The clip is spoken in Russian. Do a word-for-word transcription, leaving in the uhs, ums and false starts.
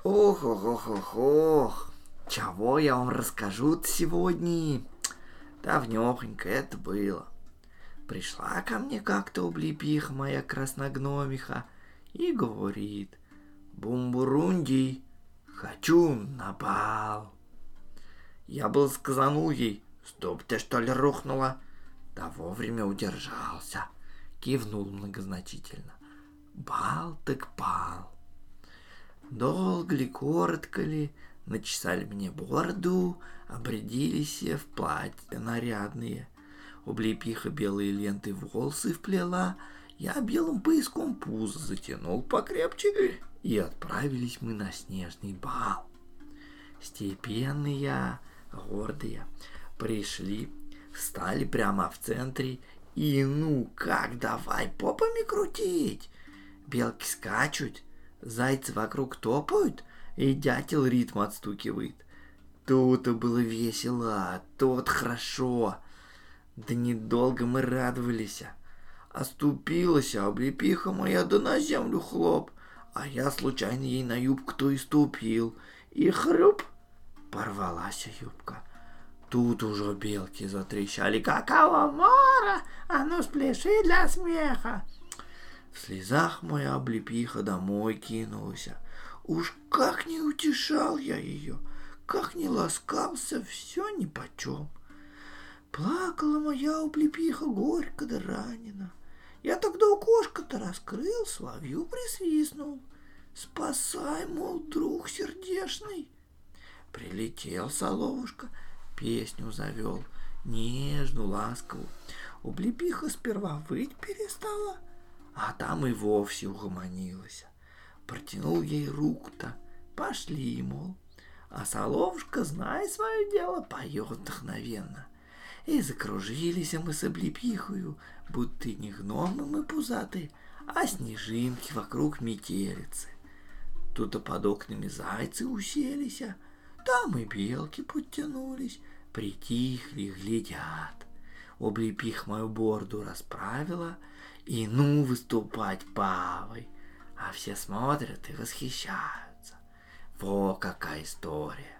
Ох, ох, ох, ох, ох. Чего я вам расскажу сегодня? Давнёхонько это было. Пришла ко мне как-то облепиха моя красногномиха и говорит: «Бумбурунди, хочу на бал». Я был сказанул ей: «Стоп, ты что ли рухнула?» Да вовремя удержался, кивнул многозначительно. Бал так бал. Долго ли, коротко ли, начесали мне бороду, обрядились в платья нарядные. Облепиха белые ленты волосы вплела, я белым пояском пузо затянул покрепче, и отправились мы на снежный бал. Степенные, гордые, пришли, встали прямо в центре, и ну как давай попами крутить. Белки скачут, зайцы вокруг топают, и дятел ритм отстукивает. То-то было весело, то-то хорошо. Да недолго мы радовались. Оступилась облепиха моя, да на землю хлоп, а я случайно ей на юбку-то и ступил, и хрюп, порвалась юбка. Тут уже белки затрещали: «Какого мора? А ну спляши для смеха!» В слезах моя облепиха домой кинулась. Уж как не утешал я ее, как не ласкался, все нипочем. Плакала моя облепиха горько да ранена. Я тогда окошко-то раскрыл, соловью присвистнул: «Спасай, мол, друг сердешный». Прилетел соловушка, песню завел, нежную, ласковую. Облепиха сперва выть перестала, а там и вовсе угомонилась. Протянул ей руку-то: «Пошли, мол». А соловушка, зная свое дело, поет вдохновенно. И закружились мы с облепихою, будто не гномы мы пузатые, а снежинки вокруг метелицы. Тут под окнами зайцы уселись, там и белки подтянулись, притихли, глядят. Облепих мою бороду расправила, и ну выступать павой, а все смотрят и восхищаются. Во какая история!